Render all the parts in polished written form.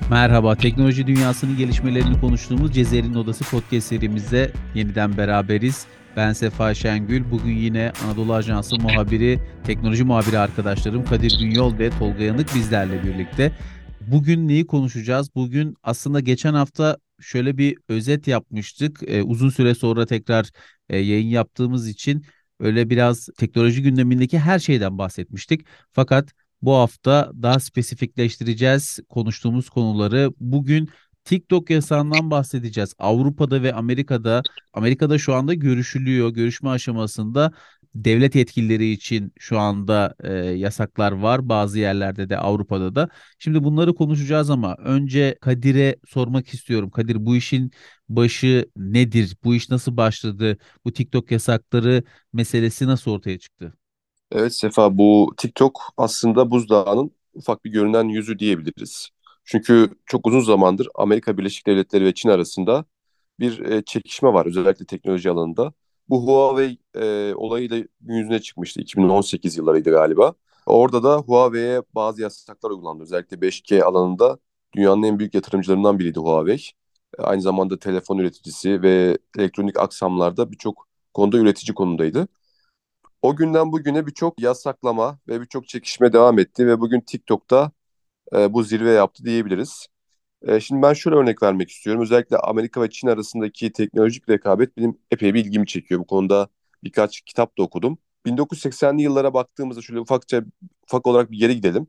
Merhaba, teknoloji dünyasının gelişmelerini konuştuğumuz Cezer'in Odası podcast serimizde yeniden beraberiz. Ben Sefa Şengül. Bugün yine Anadolu Ajansı muhabiri, teknoloji muhabiri arkadaşlarım Kadir Günyol ve Tolga Yanık bizlerle birlikte. Bugün neyi konuşacağız? Bugün aslında geçen hafta şöyle bir özet yapmıştık. Uzun süre sonra tekrar yayın yaptığımız için öyle biraz teknoloji gündemindeki her şeyden bahsetmiştik. Fakat bu hafta daha spesifikleştireceğiz konuştuğumuz konuları. Bugün TikTok yasağından bahsedeceğiz. Avrupa'da ve Amerika'da şu anda görüşülüyor. Görüşme aşamasında devlet yetkilileri için şu anda yasaklar var. Bazı yerlerde de Avrupa'da da. Şimdi bunları konuşacağız ama önce Kadir'e sormak istiyorum. Kadir, bu işin başı nedir? Bu iş nasıl başladı? Bu TikTok yasakları meselesi nasıl ortaya çıktı? Evet Sefa, bu TikTok aslında buzdağının ufak bir görünen yüzü diyebiliriz. Çünkü çok uzun zamandır Amerika Birleşik Devletleri ve Çin arasında bir çekişme var, özellikle teknoloji alanında. Bu Huawei olayıyla gün yüzüne çıkmıştı, 2018 yıllarıydı galiba. Orada da Huawei'ye bazı yasaklar uygulandı. Özellikle 5G alanında dünyanın en büyük yatırımcılarından biriydi Huawei. Aynı zamanda telefon üreticisi ve elektronik aksamlarda birçok konuda üretici konumdaydı. O günden bugüne birçok yasaklama ve birçok çekişme devam etti ve bugün TikTok'ta bu zirve yaptı diyebiliriz. Şimdi ben şöyle örnek vermek istiyorum. Özellikle Amerika ve Çin arasındaki teknolojik rekabet benim epey bir ilgimi çekiyor. Bu konuda birkaç kitap da okudum. 1980'li yıllara baktığımızda şöyle ufak olarak bir geri gidelim.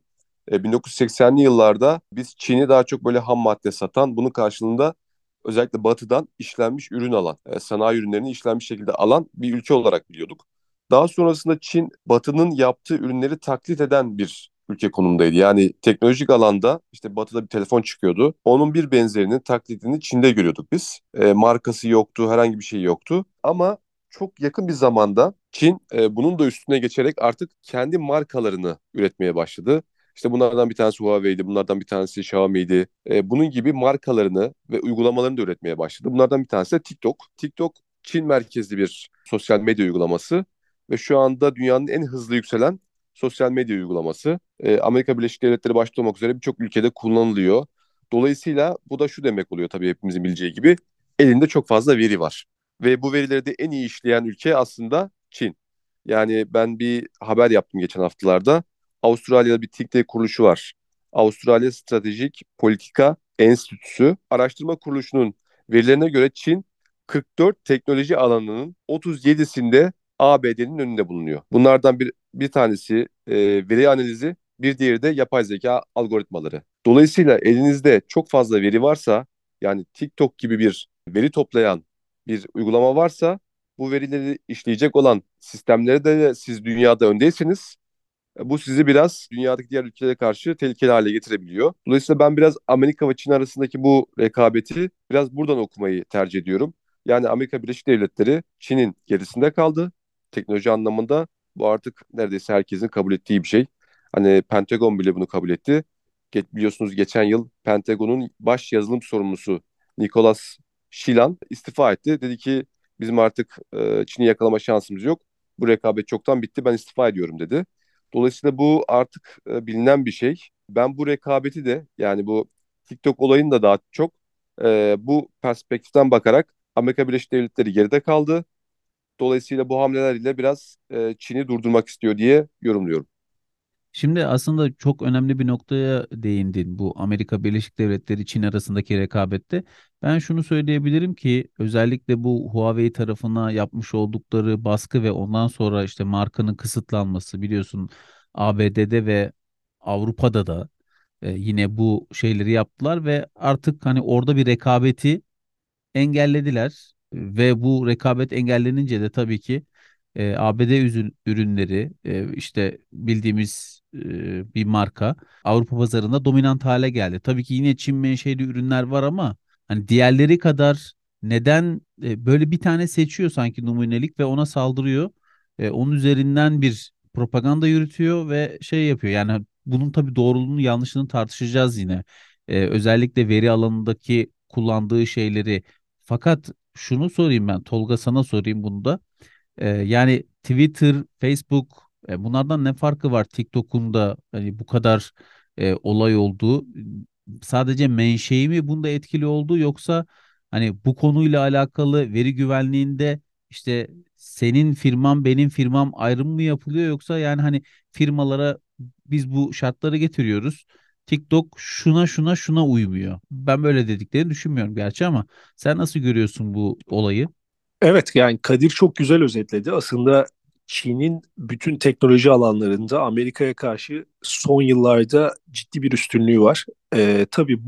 1980'li yıllarda biz Çin'i daha çok böyle ham madde satan, bunun karşılığında özellikle batıdan işlenmiş ürün alan, sanayi ürünlerini işlenmiş şekilde alan bir ülke olarak biliyorduk. Daha sonrasında Çin, batının yaptığı ürünleri taklit eden bir ülke konumdaydı. Yani teknolojik alanda işte batıda bir telefon çıkıyordu. Onun bir benzerinin taklidini Çin'de görüyorduk biz. Markası yoktu, herhangi bir şey yoktu. Ama çok yakın bir zamanda Çin bunun da üstüne geçerek artık kendi markalarını üretmeye başladı. İşte bunlardan bir tanesi Huawei'di, bunlardan bir tanesi Xiaomi'ydi. Bunun gibi markalarını ve uygulamalarını da üretmeye başladı. Bunlardan bir tanesi de TikTok. TikTok Çin merkezli bir sosyal medya uygulaması ve şu anda dünyanın en hızlı yükselen sosyal medya uygulaması. Amerika Birleşik Devletleri başta olmak üzere birçok ülkede kullanılıyor. Dolayısıyla bu da şu demek oluyor, tabii hepimizin bileceği gibi, elinde çok fazla veri var. Ve bu verileri de en iyi işleyen ülke aslında Çin. Yani ben bir haber yaptım geçen haftalarda. Avustralya'da bir think tank kuruluşu var. Avustralya Stratejik Politika Enstitüsü Araştırma Kuruluşu'nun verilerine göre Çin 44 teknoloji alanının 37'sinde ABD'nin önünde bulunuyor. Bunlardan bir tanesi veri analizi, bir diğeri de yapay zeka algoritmaları. Dolayısıyla elinizde çok fazla veri varsa, yani TikTok gibi bir veri toplayan bir uygulama varsa, bu verileri işleyecek olan sistemleri de siz dünyada öndeyseniz, bu sizi biraz dünyadaki diğer ülkelere karşı tehlikeli hale getirebiliyor. Dolayısıyla ben biraz Amerika ve Çin arasındaki bu rekabeti biraz buradan okumayı tercih ediyorum. Yani Amerika Birleşik Devletleri Çin'in gerisinde kaldı. Teknoloji anlamında bu artık neredeyse herkesin kabul ettiği bir şey. Hani Pentagon bile bunu kabul etti. Biliyorsunuz geçen yıl Pentagon'un baş yazılım sorumlusu Nicholas Shillan istifa etti. Dedi ki bizim artık Çin'i yakalama şansımız yok. Bu rekabet çoktan bitti, ben istifa ediyorum dedi. Dolayısıyla bu artık bilinen bir şey. Ben bu rekabeti de, yani bu TikTok olayını da daha çok bu perspektiften bakarak Amerika Birleşik Devletleri geride kaldı. Dolayısıyla bu hamlelerle biraz Çin'i durdurmak istiyor diye yorumluyorum. Şimdi aslında çok önemli bir noktaya değindin bu Amerika Birleşik Devletleri Çin arasındaki rekabette. Ben şunu söyleyebilirim ki özellikle bu Huawei tarafına yapmış oldukları baskı ve ondan sonra işte markanın kısıtlanması biliyorsun ABD'de ve Avrupa'da da yine bu şeyleri yaptılar ve artık hani orada bir rekabeti engellediler ve bu rekabet engellenince de tabii ki ABD ürünleri işte bildiğimiz bir marka Avrupa pazarında dominant hale geldi. Tabii ki yine Çin menşeli ürünler var ama hani diğerleri kadar neden böyle bir tane seçiyor sanki numunelik ve ona saldırıyor. Onun üzerinden bir propaganda yürütüyor ve şey yapıyor. Yani bunun tabii doğruluğunu yanlışını tartışacağız yine. Özellikle veri alanındaki kullandığı şeyleri fakat şunu sorayım ben Tolga sana sorayım bunu da. Yani Twitter, Facebook bunlardan ne farkı var TikTok'un da hani bu kadar olay olduğu? sadece menşei mi bunda etkili oldu, yoksa hani bu konuyla alakalı veri güvenliğinde işte senin firman benim firmam ayrım mı yapılıyor, yoksa yani hani firmalara biz bu şartları getiriyoruz. TikTok şuna şuna şuna uymuyor. Ben böyle dediklerini düşünmüyorum gerçi, ama sen nasıl görüyorsun bu olayı? Evet, yani Kadir çok güzel özetledi. Aslında Çin'in bütün teknoloji alanlarında Amerika'ya karşı son yıllarda ciddi bir üstünlüğü var. Tabii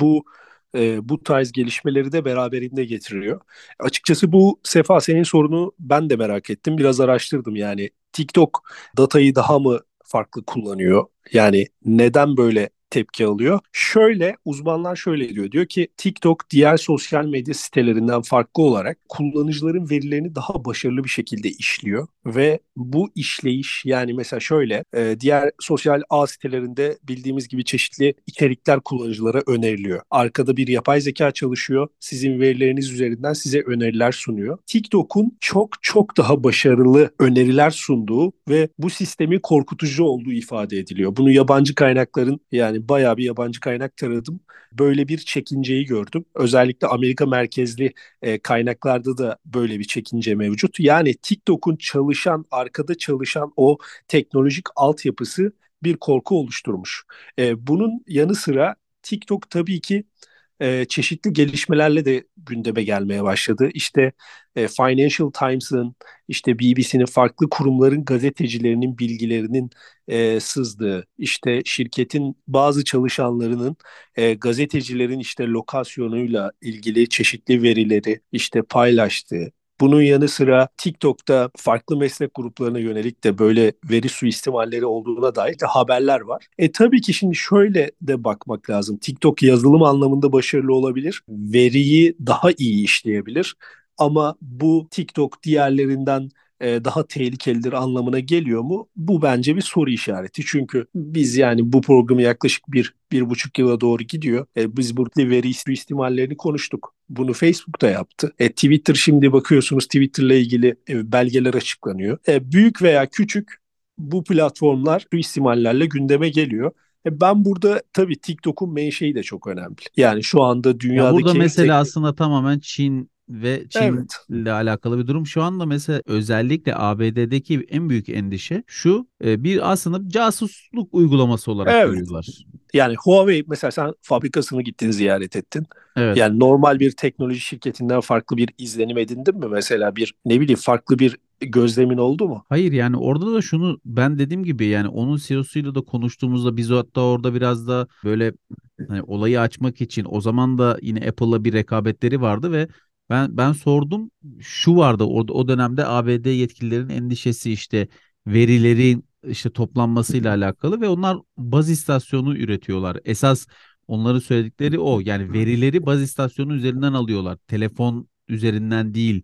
bu tarz gelişmeleri de beraberinde getiriyor. Açıkçası bu Sefa, senin sorunu ben de merak ettim. Biraz araştırdım yani. TikTok datayı daha mı farklı kullanıyor? Yani neden böyle tepki alıyor? Şöyle, uzmanlar şöyle diyor. Diyor ki TikTok diğer sosyal medya sitelerinden farklı olarak kullanıcıların verilerini daha başarılı bir şekilde işliyor ve bu işleyiş, yani mesela şöyle, diğer sosyal ağ sitelerinde bildiğimiz gibi çeşitli içerikler kullanıcılara öneriliyor. Arkada bir yapay zeka çalışıyor. Sizin verileriniz üzerinden size öneriler sunuyor. TikTok'un çok çok daha başarılı öneriler sunduğu ve bu sistemin korkutucu olduğu ifade ediliyor. Bunu yabancı kaynakların, yani bayağı bir yabancı kaynak taradım, böyle bir çekinceyi gördüm. Özellikle Amerika merkezli kaynaklarda da böyle bir çekince mevcut. Yani TikTok'un arkada çalışan o teknolojik altyapısı bir korku oluşturmuş. Bunun yanı sıra TikTok tabii ki çeşitli gelişmelerle de gündeme gelmeye başladı. İşte Financial Times'ın, işte BBC'nin, farklı kurumların gazetecilerinin bilgilerinin sızdığı, işte şirketin bazı çalışanlarının gazetecilerin işte lokasyonuyla ilgili çeşitli verileri işte paylaştığı, bunun yanı sıra TikTok'ta farklı meslek gruplarına yönelik de böyle veri suistimalleri olduğuna dair de haberler var. Tabii ki şimdi şöyle de bakmak lazım. TikTok yazılım anlamında başarılı olabilir. Veriyi daha iyi işleyebilir. Ama bu TikTok diğerlerinden daha tehlikelidir anlamına geliyor mu? Bu bence bir soru işareti. Çünkü biz, yani bu programı yaklaşık 1,5 yıla doğru gidiyor. Biz burada veri suistimallerini konuştuk. Bunu Facebook da yaptı. Twitter, şimdi bakıyorsunuz Twitter'la ilgili belgeler açıklanıyor. Büyük veya küçük, bu platformlar suistimallerle gündeme geliyor. Ben burada tabii TikTok'un menşei de çok önemli. Yani şu anda Ya burada dünyadaki mesele aslında tamamen Çin ve Çin'le evet, alakalı bir durum. Şu anda mesela özellikle ABD'deki en büyük endişe şu: bir aslında casusluk uygulaması olarak evet. görüyorlar. Yani Huawei, mesela sen fabrikasını gittin, ziyaret ettin. Evet. Yani normal bir teknoloji şirketinden farklı bir izlenim edindin mi? Mesela bir, ne bileyim, farklı bir gözlemin oldu mu? Hayır, yani orada da şunu ben dediğim gibi, yani onun CEO'suyla da konuştuğumuzda biz hatta orada biraz da böyle hani olayı açmak için, o zaman da yine Apple'la bir rekabetleri vardı ve ben sordum, şu vardı orada o dönemde: ABD yetkililerin endişesi işte verilerin işte toplanmasıyla alakalı ve onlar baz istasyonu üretiyorlar. Esas onların söyledikleri o, yani verileri baz istasyonu üzerinden alıyorlar. Telefon üzerinden değil.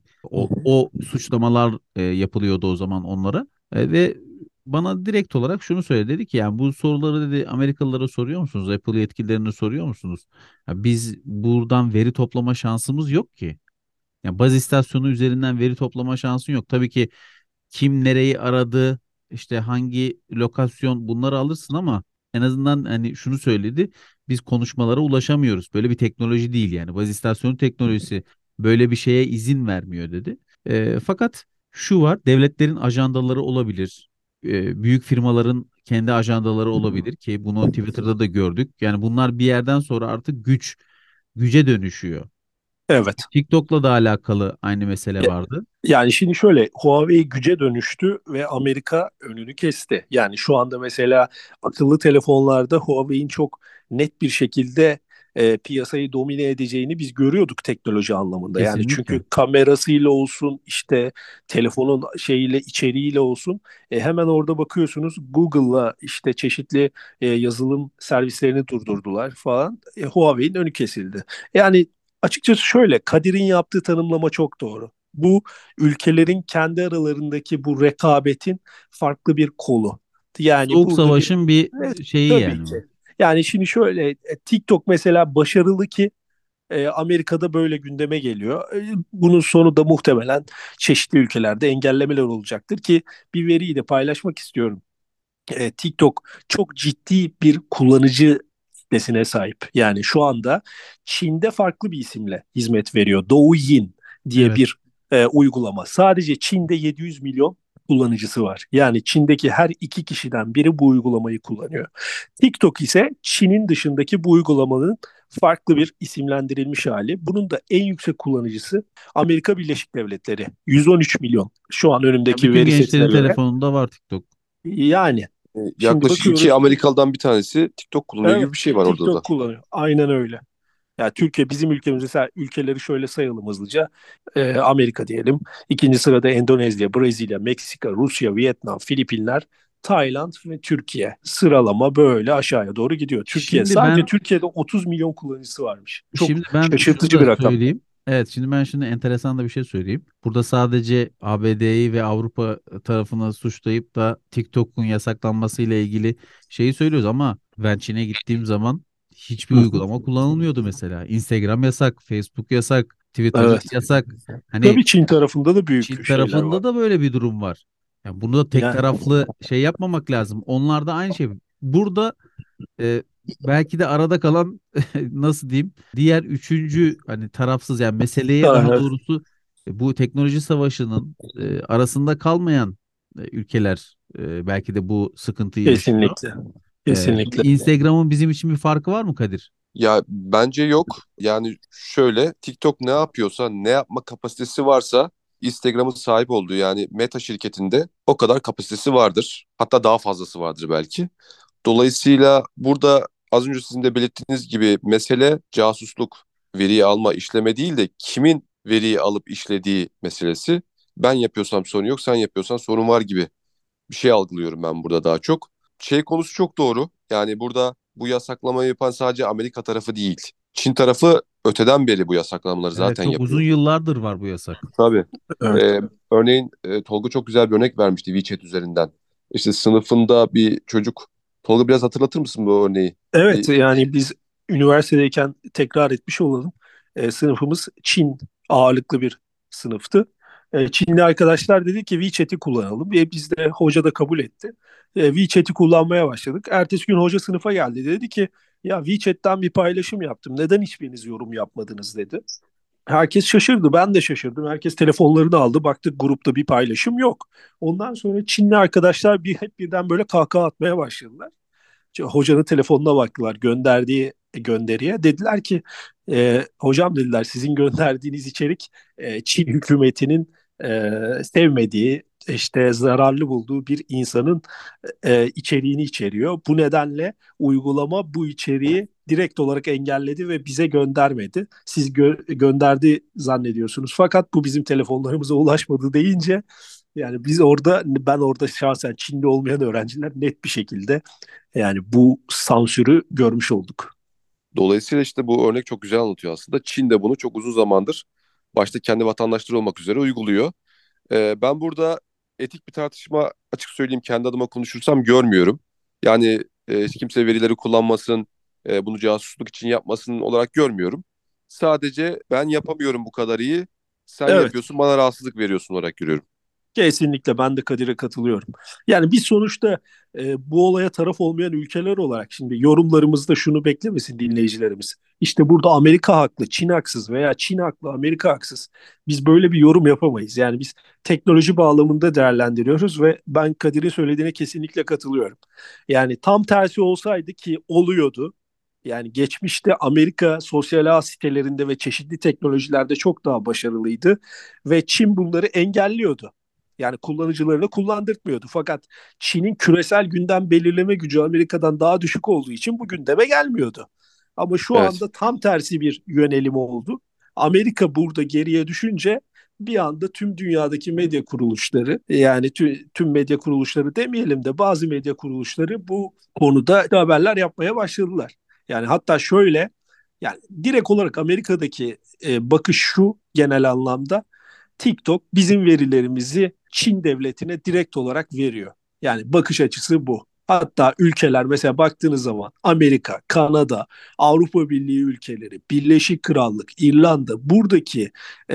O suçlamalar yapılıyordu o zaman onlara. Ve bana direkt olarak şunu söyledi, dedi ki yani bu soruları dedi Amerikalılara soruyor musunuz? Apple yetkililerine soruyor musunuz? Ya biz buradan veri toplama şansımız yok ki. Yani baz istasyonu üzerinden veri toplama şansın yok. Tabii ki kim nereyi aradı, işte hangi lokasyon, bunları alırsın, ama en azından hani şunu söyledi: biz konuşmalara ulaşamıyoruz. Böyle bir teknoloji değil yani. Baz istasyonu teknolojisi böyle bir şeye izin vermiyor dedi. Fakat şu var: devletlerin ajandaları olabilir. Büyük firmaların kendi ajandaları olabilir ki bunu Twitter'da da gördük. Yani bunlar bir yerden sonra artık güce dönüşüyor. Evet. TikTok'la da alakalı aynı mesele vardı. Yani şimdi şöyle, Huawei güce dönüştü ve Amerika önünü kesti. Yani şu anda mesela akıllı telefonlarda Huawei'in çok net bir şekilde piyasayı domine edeceğini biz görüyorduk teknoloji anlamında. Yani çünkü Kesinlikle. kamerasıyla olsun, işte telefonun şeyiyle, içeriğiyle olsun, hemen orada bakıyorsunuz Google'la işte çeşitli yazılım servislerini durdurdular falan. Huawei'in önü kesildi. Yani açıkçası şöyle, Kadir'in yaptığı tanımlama çok doğru. Bu, ülkelerin kendi aralarındaki bu rekabetin farklı bir kolu. Yani Soğuk burada bir Savaş'ın bir şeyi tabii yani ki. bu. Yani şimdi şöyle, TikTok mesela başarılı ki Amerika'da böyle gündeme geliyor. Bunun sonu da muhtemelen çeşitli ülkelerde engellemeler olacaktır ki bir veriyi de paylaşmak istiyorum. TikTok çok ciddi bir kullanıcı kitlesine sahip. Yani şu anda Çin'de farklı bir isimle hizmet veriyor. Douyin diye Evet. bir uygulama. Sadece Çin'de 700 milyon kullanıcısı var. Yani Çin'deki her iki kişiden biri bu uygulamayı kullanıyor. TikTok ise Çin'in dışındaki bu uygulamanın farklı bir isimlendirilmiş hali. Bunun da en yüksek kullanıcısı Amerika Birleşik Devletleri. 113 milyon şu an Ya önümdeki bütün veri gençlerin setine göre. telefonunda var TikTok. Yani şimdi Yaklaşık iki bakıyoruz. Amerikalı'dan bir tanesi TikTok kullanıyor Evet, gibi bir şey var orada da. TikTok kullanıyor. Aynen öyle. Yani Türkiye bizim ülkemiz mesela ülkeleri şöyle sayalım hızlıca. Amerika diyelim. İkinci sırada Endonezya, Brezilya, Meksika, Rusya, Vietnam, Filipinler, Tayland ve Türkiye. Sıralama böyle aşağıya doğru gidiyor. Türkiye Şimdi sadece ben Türkiye'de 30 milyon kullanıcısı varmış. Çok Şimdi ben şunu şaşırtıcı da bir rakam. söyleyeyim. Evet, şimdi ben şimdi enteresan da bir şey söyleyeyim. Burada sadece ABD'yi ve Avrupa tarafını suçlayıp da TikTok'un yasaklanması ile ilgili şeyi söylüyoruz ama ben Çin'e gittiğim zaman hiçbir Hı hı. uygulama kullanılmıyordu mesela. Instagram yasak, Facebook yasak, Twitter Evet. yasak. Hani Tabii Çin tarafında da Çin büyük şeyler var. tarafında da böyle bir durum var. Yani bunu da tek Yani taraflı şey yapmamak lazım. Onlar da aynı şey. Burada e, belki de arada kalan nasıl diyeyim diğer üçüncü hani tarafsız yani meseleye daha evet, doğrusu bu teknoloji savaşının arasında kalmayan ülkeler belki de bu sıkıntıyı yaşıyor. kesinlikle. Şimdi Kesinlikle. Instagram'ın bizim için bir farkı var mı Kadir? Ya bence yok. Yani şöyle TikTok ne yapıyorsa, ne yapma kapasitesi varsa Instagram'ın sahip olduğu yani Meta şirketinde o kadar kapasitesi vardır. Hatta daha fazlası vardır belki. Dolayısıyla burada az önce sizin de belirttiğiniz gibi mesele casusluk, veriyi alma, işleme değil de kimin veriyi alıp işlediği meselesi. Ben yapıyorsam sorun yok, sen yapıyorsan sorun var gibi bir şey algılıyorum ben burada daha çok. Şey konusu çok doğru. Yani burada bu yasaklamayı yapan sadece Amerika tarafı değil. Çin tarafı öteden beri bu yasaklamaları Evet, zaten çok uzun yapıyor. yıllardır var bu yasak. Tabii. Evet. Örneğin Tolga çok güzel bir örnek vermişti WeChat üzerinden. İşte sınıfında bir çocuk. Tolga biraz hatırlatır mısın bu örneği? Evet, Bir, yani biz üniversitedeyken tekrar etmiş olalım. Sınıfımız Çin ağırlıklı bir sınıftı. Çinli arkadaşlar dedi ki WeChat'i kullanalım. Biz de hoca da kabul etti. WeChat'i kullanmaya başladık. Ertesi gün hoca sınıfa geldi. Dedi ki ya WeChat'ten bir paylaşım yaptım. Neden hiçbiriniz yorum yapmadınız dedi. Herkes şaşırdı. Ben de şaşırdım. Herkes telefonlarını aldı. Baktık grupta bir paylaşım yok. Ondan sonra Çinli arkadaşlar hep birden böyle kahkaha atmaya başladılar. Hocanın telefonuna baktılar gönderdiği gönderiye. Dediler ki hocam dediler sizin gönderdiğiniz içerik Çin hükümetinin sevmediği işte zararlı bulduğu bir insanın içeriğini içeriyor. Bu nedenle uygulama bu içeriği direkt olarak engelledi ve bize göndermedi. Siz gönderdi zannediyorsunuz. Fakat bu bizim telefonlarımıza ulaşmadı deyince yani ben orada şahsen Çinli olmayan öğrenciler net bir şekilde yani bu sansürü görmüş olduk. dolayısıyla işte bu örnek çok güzel anlatıyor aslında. Çin de bunu çok uzun zamandır başta kendi vatandaşları olmak üzere uyguluyor. Ben burada etik bir tartışma açık söyleyeyim kendi adıma konuşursam görmüyorum. Yani hiç kimse verileri kullanmasın, bunu casusluk için yapmasın olarak görmüyorum. Sadece ben yapamıyorum bu kadar iyi, sen Evet, yapıyorsun bana rahatsızlık veriyorsun olarak görüyorum. kesinlikle ben de Kadir'e katılıyorum. Yani biz sonuçta bu olaya taraf olmayan ülkeler olarak şimdi yorumlarımızda şunu beklemesin dinleyicilerimiz. İşte burada Amerika haklı, Çin haksız veya Çin haklı, Amerika haksız. Biz böyle bir yorum yapamayız. Yani biz teknoloji bağlamında değerlendiriyoruz ve ben Kadir'in söylediğine kesinlikle katılıyorum. Yani tam tersi olsaydı ki oluyordu. Yani geçmişte Amerika sosyal ağ sitelerinde ve çeşitli teknolojilerde çok daha başarılıydı ve Çin bunları engelliyordu. Yani kullanıcılarını kullandırtmıyordu. Fakat Çin'in küresel gündem belirleme gücü Amerika'dan daha düşük olduğu için bu gündeme gelmiyordu. Ama şu Evet, anda tam tersi bir yönelim oldu. Amerika burada geriye düşünce bir anda tüm dünyadaki medya kuruluşları yani tüm medya kuruluşları demeyelim de bazı medya kuruluşları bu konuda haberler yapmaya başladılar. Yani hatta şöyle yani direkt olarak Amerika'daki bakış şu genel anlamda TikTok bizim verilerimizi Çin devletine direkt olarak veriyor. Yani bakış açısı bu. Hatta ülkeler mesela baktığınız zaman Amerika, Kanada, Avrupa Birliği ülkeleri, Birleşik Krallık, İrlanda buradaki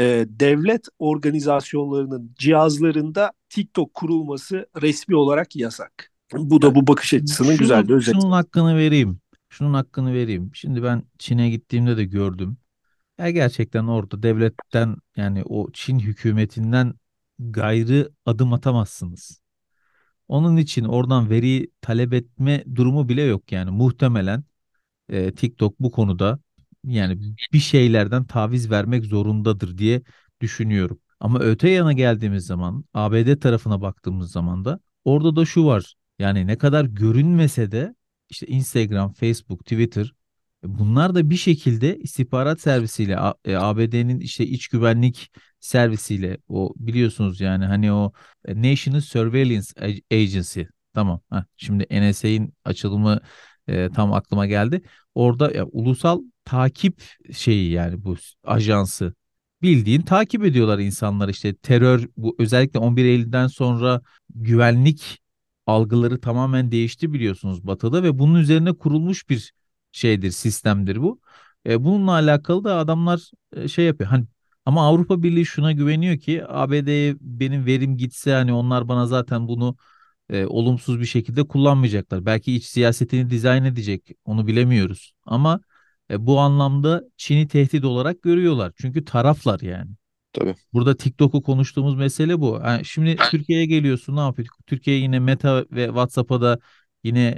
devlet organizasyonlarının cihazlarında TikTok kurulması resmi olarak yasak. Bu Ya, da bu bakış açısının güzel bir şunun özeti. hakkını vereyim. şunun hakkını vereyim. Şimdi ben Çin'e gittiğimde de gördüm. Ya gerçekten orada devletten, yani o Çin hükümetinden gayrı adım atamazsınız. Onun için oradan veri talep etme durumu bile yok yani. Muhtemelen TikTok bu konuda yani bir şeylerden taviz vermek zorundadır diye düşünüyorum. Ama öte yana geldiğimiz zaman, ABD tarafına baktığımız zaman da orada da şu var. Yani ne kadar görünmese de işte Instagram, Facebook, Twitter, bunlar da bir şekilde istihbarat servisiyle, ABD'nin işte iç güvenlik servisiyle, o biliyorsunuz yani, hani o National Surveillance Agency, tamam. Şimdi NSA'in açılımı tam aklıma geldi. Orada ya, ulusal takip şeyi, yani bu ajansı, bildiğin takip ediyorlar insanlar. İşte terör, bu özellikle 11 Eylül'den sonra güvenlik algıları tamamen değişti biliyorsunuz Batı'da ve bunun üzerine kurulmuş bir şeydir, sistemdir bu. Bununla alakalı da adamlar şey yapıyor. Hani ama Avrupa Birliği şuna güveniyor ki ABD'ye benim verim gitse, hani onlar bana zaten bunu olumsuz bir şekilde kullanmayacaklar. Belki iç siyasetini dizayn edecek, onu bilemiyoruz. Ama bu anlamda Çin'i tehdit olarak görüyorlar. Çünkü taraflar yani. Tabii. Burada TikTok'u konuştuğumuz mesele bu. Yani şimdi Türkiye'ye geliyorsun, ne yapıyor? Türkiye yine Meta ve WhatsApp'a da yine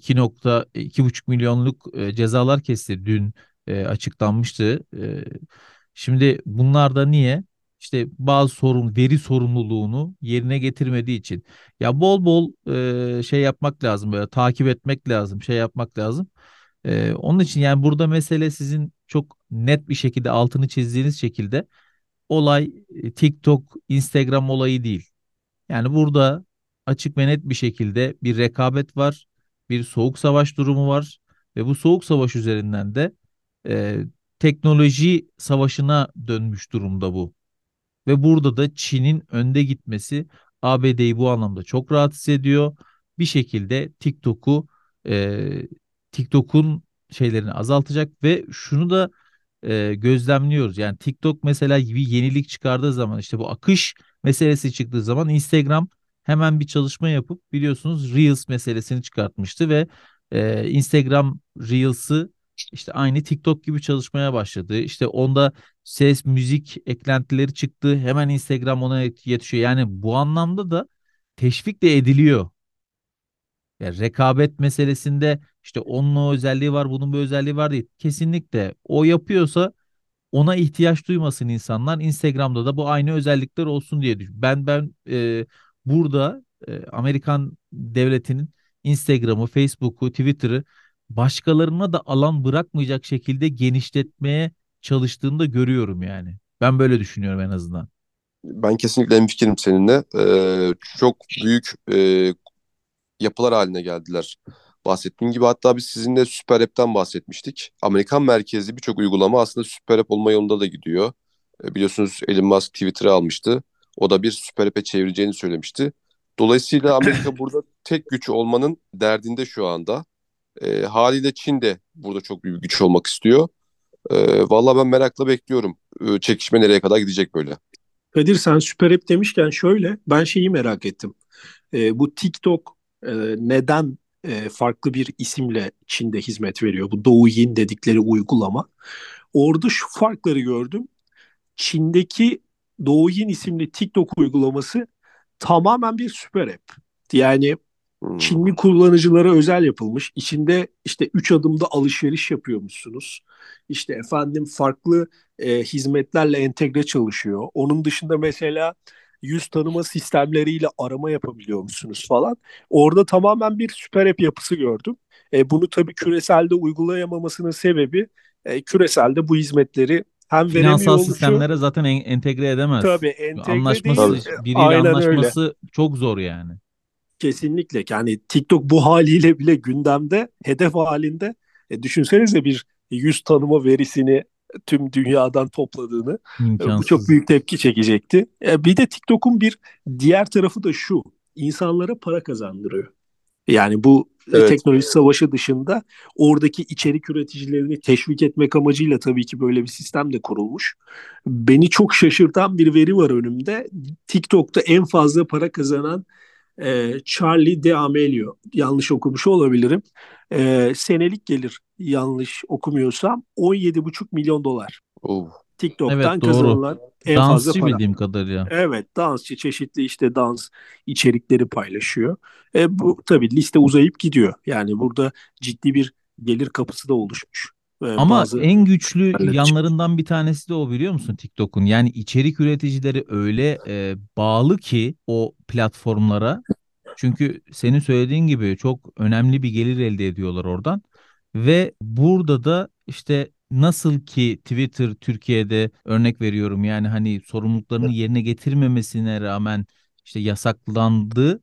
2,5 milyonluk cezalar kesti. Dün açıklanmıştı. Şimdi bunlar da niye? İşte bazı veri sorumluluğunu yerine getirmediği için. Ya bol bol şey yapmak lazım, böyle takip etmek lazım, şey yapmak lazım. Onun için yani burada mesele, sizin çok net bir şekilde altını çizdiğiniz şekilde, olay TikTok, Instagram olayı değil. Yani burada açık ve net bir şekilde bir rekabet var, bir soğuk savaş durumu var ve bu soğuk savaş üzerinden de e, teknoloji savaşına dönmüş durumda bu. Ve burada da Çin'in önde gitmesi ABD'yi bu anlamda çok rahatsız ediyor. Bir şekilde e, TikTok'un şeylerini azaltacak ve şunu da gözlemliyoruz. Yani TikTok mesela bir yenilik çıkardığı zaman, işte bu akış meselesi çıktığı zaman, Instagram hemen bir çalışma yapıp biliyorsunuz Reels meselesini çıkartmıştı ve Instagram Reels'ı işte aynı TikTok gibi çalışmaya başladı. İşte onda ses, müzik eklentileri çıktı. Hemen Instagram ona yetişiyor. Yani bu anlamda da teşvik de ediliyor. Ya rekabet meselesinde işte onun o özelliği var, bunun bu özelliği var değil. Kesinlikle o yapıyorsa ona ihtiyaç duymasın insanlar. Instagram'da da bu aynı özellikler olsun diye düşün. Burada Amerikan devletinin Instagram'ı, Facebook'u, Twitter'ı başkalarına da alan bırakmayacak şekilde genişletmeye çalıştığını da görüyorum yani. Ben böyle düşünüyorum en azından. Ben kesinlikle hemfikirim seninle. Çok büyük yapılar haline geldiler. Bahsettiğim gibi, hatta biz sizinle Süper App'ten bahsetmiştik. Amerikan merkezli birçok uygulama aslında Süper App olma yolunda da gidiyor. Biliyorsunuz Elon Musk Twitter'ı almıştı. O da bir Süper App'e çevireceğini söylemişti. Dolayısıyla Amerika burada tek güç olmanın derdinde şu anda. Haliyle Çin de burada çok büyük güç olmak istiyor. Vallahi ben merakla bekliyorum. Çekişme nereye kadar gidecek böyle. Kadir, sen Süper App demişken şöyle, ben şeyi merak ettim. Bu TikTok neden farklı bir isimle Çin'de hizmet veriyor? Bu Douyin dedikleri uygulama. Orada şu farkları gördüm. Çin'deki Douyin isimli TikTok uygulaması tamamen bir süper app. Yani Hmm. Çinli kullanıcılara özel yapılmış. İçinde işte 3 adımda alışveriş yapıyormuşsunuz. İşte efendim farklı hizmetlerle entegre çalışıyor. Onun dışında mesela yüz tanıma sistemleriyle arama yapabiliyor musunuz falan. Orada tamamen bir süper app yapısı gördüm. Bunu tabii küreselde uygulayamamasının sebebi küreselde bu hizmetleri hem veremiyor Finansal oluşu, sistemlere zaten entegre edemez. tabii entegre değil. Anlaşması, Tabii. biriyle Aynen öyle. anlaşması çok zor yani. Kesinlikle. Yani TikTok bu haliyle bile gündemde, hedef halinde. Düşünsenize bir yüz tanıma verisini tüm dünyadan topladığını. Bu çok İmkansız. büyük tepki çekecekti. Bir de TikTok'un bir diğer tarafı da şu. İnsanlara para kazandırıyor. Yani bu Evet. teknoloji savaşı dışında oradaki içerik üreticilerini teşvik etmek amacıyla tabii ki böyle bir sistem de kurulmuş. Beni çok şaşırtan bir veri var önümde. TikTok'ta en fazla para kazanan Charlie D'Amelio, yanlış okumuş olabilirim. Senelik gelir, yanlış okumuyorsam, 17,5 milyon dolar. Oh. TikTok'tan Evet, doğru. kazanılan en fazla Dansçı para. bildiğim kadarıyla. Evet, dansçı, çeşitli işte dans içerikleri paylaşıyor. Bu tabii liste uzayıp gidiyor. Yani burada ciddi bir gelir kapısı da oluşmuş. Ama Bazı en güçlü haberler için. yanlarından bir tanesi de o, biliyor musun, TikTok'un? Yani içerik üreticileri öyle bağlı ki o platformlara. Çünkü senin söylediğin gibi çok önemli bir gelir elde ediyorlar oradan. Ve burada da işte nasıl ki Twitter Türkiye'de, örnek veriyorum, yani hani sorumluluklarını yerine getirmemesine rağmen işte yasaklandı.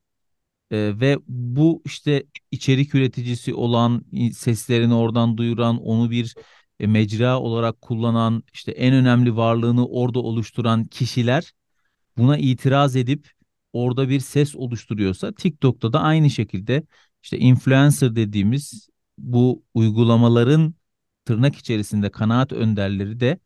Ve bu işte içerik üreticisi olan, seslerini oradan duyuran, onu bir mecra olarak kullanan, işte en önemli varlığını orada oluşturan kişiler buna itiraz edip orada bir ses oluşturuyorsa, TikTok'ta da aynı şekilde işte influencer dediğimiz bu uygulamaların tırnak içerisinde kanaat önderleri de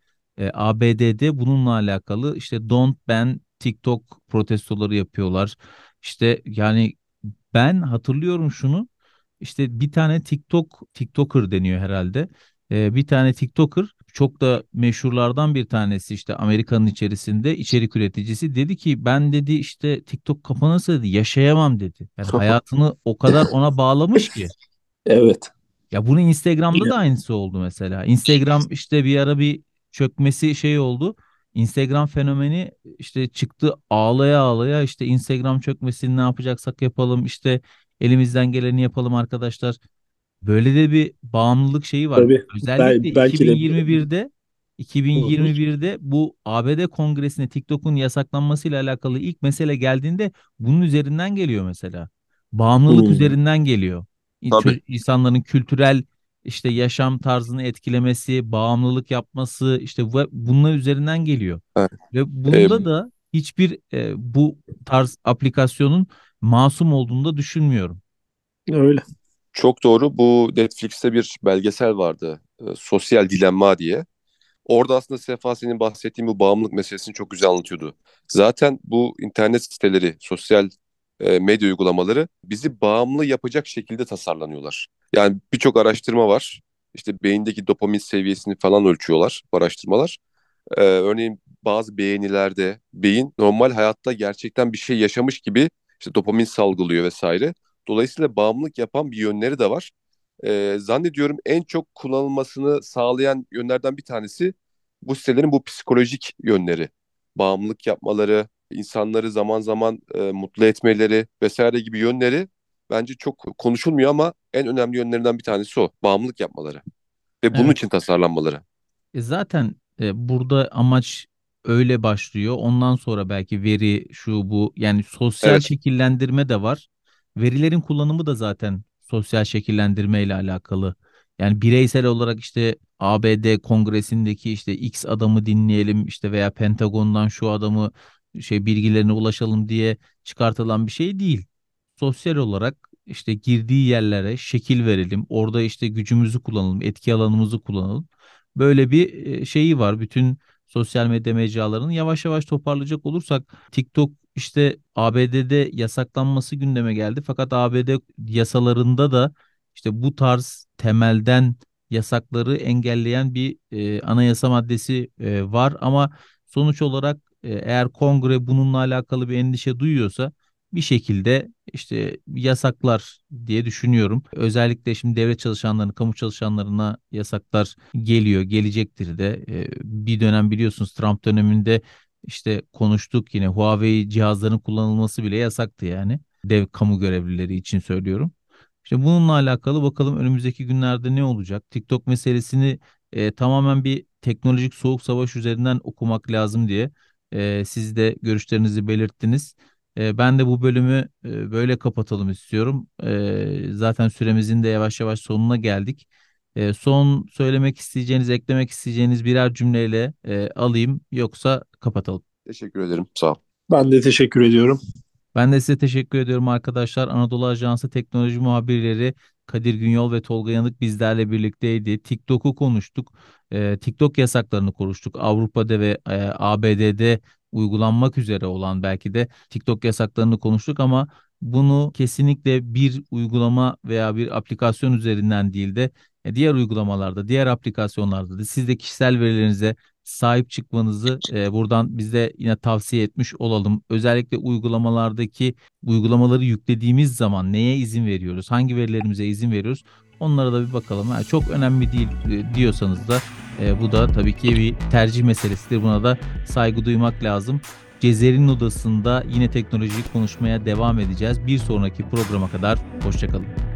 ABD'de bununla alakalı işte Don't Ban TikTok protestoları yapıyorlar. İşte yani ben hatırlıyorum şunu. İşte bir tane TikToker deniyor herhalde. Bir tane TikToker, çok da meşhurlardan bir tanesi, işte Amerika'nın içerisinde içerik üreticisi, dedi ki ben, dedi, işte TikTok kapanırsa, dedi, yaşayamam, dedi. Yani hayatını o kadar ona bağlamış ki. Evet. Ya bunun Instagram'da da aynısı oldu mesela. Instagram işte bir ara bir çökmesi şey oldu. Instagram fenomeni işte çıktı ağlaya ağlaya, işte Instagram çökmesin, ne yapacaksak yapalım, işte elimizden geleni yapalım arkadaşlar. Böyle de bir bağımlılık şeyi var. Tabii. Özellikle Belki de. 2021'de Hı hı. 2021'de bu ABD Kongresi'ne TikTok'un yasaklanmasıyla alakalı ilk mesele geldiğinde bunun üzerinden geliyor mesela. Bağımlılık Hmm. üzerinden geliyor. Tabii. İnsanların kültürel işte yaşam tarzını etkilemesi, bağımlılık yapması, işte bunlar üzerinden geliyor. Evet. Ve E, bunda da hiçbir bu tarz aplikasyonun masum olduğunu da düşünmüyorum. Öyle. Çok doğru. Bu Netflix'te bir belgesel vardı. Sosyal Dilemma diye. Orada aslında Sefa senin bahsettiğin bu bağımlılık meselesini çok güzel anlatıyordu. Zaten bu internet siteleri, sosyal medya uygulamaları bizi bağımlı yapacak şekilde tasarlanıyorlar. Yani birçok araştırma var. İşte beyindeki dopamin seviyesini falan ölçüyorlar bu araştırmalar. Örneğin bazı beğenilerde beyin normal hayatta gerçekten bir şey yaşamış gibi işte dopamin salgılıyor vesaire. Dolayısıyla bağımlılık yapan bir yönleri de var. Zannediyorum en çok kullanılmasını sağlayan yönlerden bir tanesi bu sitelerin bu psikolojik yönleri. Bağımlılık yapmaları, insanları zaman zaman mutlu etmeleri vesaire gibi yönleri bence çok konuşulmuyor ama en önemli yönlerinden bir tanesi o. Bağımlılık yapmaları ve bunun için Evet. tasarlanmaları. Zaten burada amaç öyle başlıyor. Ondan sonra belki veri, şu bu, yani sosyal Evet, şekillendirme de var. Verilerin kullanımı da zaten sosyal şekillendirme ile alakalı. Yani bireysel olarak işte ABD Kongresi'ndeki işte X adamı dinleyelim, işte veya Pentagon'dan şu adamı şey bilgilerine ulaşalım diye çıkartılan bir şey değil. Sosyal olarak işte girdiği yerlere şekil verelim. Orada işte gücümüzü kullanalım, etki alanımızı kullanalım. Böyle bir şeyi var. Bütün sosyal medya mecralarının yavaş yavaş toparlayacak olursak, TikTok işte ABD'de yasaklanması gündeme geldi. Fakat ABD yasalarında da işte bu tarz temelden yasakları engelleyen bir anayasa maddesi var. Ama sonuç olarak eğer kongre bununla alakalı bir endişe duyuyorsa, bir şekilde işte yasaklar diye düşünüyorum. Özellikle şimdi devlet çalışanlarına, kamu çalışanlarına yasaklar geliyor, gelecektir de. Bir dönem biliyorsunuz, Trump döneminde işte konuştuk, yine Huawei cihazlarının kullanılması bile yasaktı yani. Dev kamu görevlileri için söylüyorum. İşte bununla alakalı bakalım önümüzdeki günlerde ne olacak? TikTok meselesini tamamen bir teknolojik soğuk savaş üzerinden okumak lazım diye siz de görüşlerinizi belirttiniz. Ben de bu bölümü böyle kapatalım istiyorum. Zaten süremizin de yavaş yavaş sonuna geldik. Son söylemek isteyeceğiniz, eklemek isteyeceğiniz birer cümleyle alayım, yoksa kapatalım. teşekkür ederim. Sağ ol. Ben de teşekkür ediyorum. Ben de size teşekkür ediyorum arkadaşlar. Anadolu Ajansı teknoloji muhabirleri Kadir Günyol ve Tolga Yanık bizlerle birlikteydi. TikTok'u konuştuk. TikTok yasaklarını konuştuk. Avrupa'da ve ABD'de uygulanmak üzere olan belki de TikTok yasaklarını konuştuk ama bunu kesinlikle bir uygulama veya bir aplikasyon üzerinden değil de diğer uygulamalarda, diğer aplikasyonlarda da siz de kişisel verilerinize sahip çıkmanızı buradan biz de yine tavsiye etmiş olalım. Özellikle uygulamaları yüklediğimiz zaman neye izin veriyoruz, hangi verilerimize izin veriyoruz? Onlara da bir bakalım. Ha, çok önemli değil diyorsanız da bu da tabii ki bir tercih meselesidir. Buna da saygı duymak lazım. Cezer'in odasında yine teknolojiyi konuşmaya devam edeceğiz. Bir sonraki programa kadar hoşça kalın.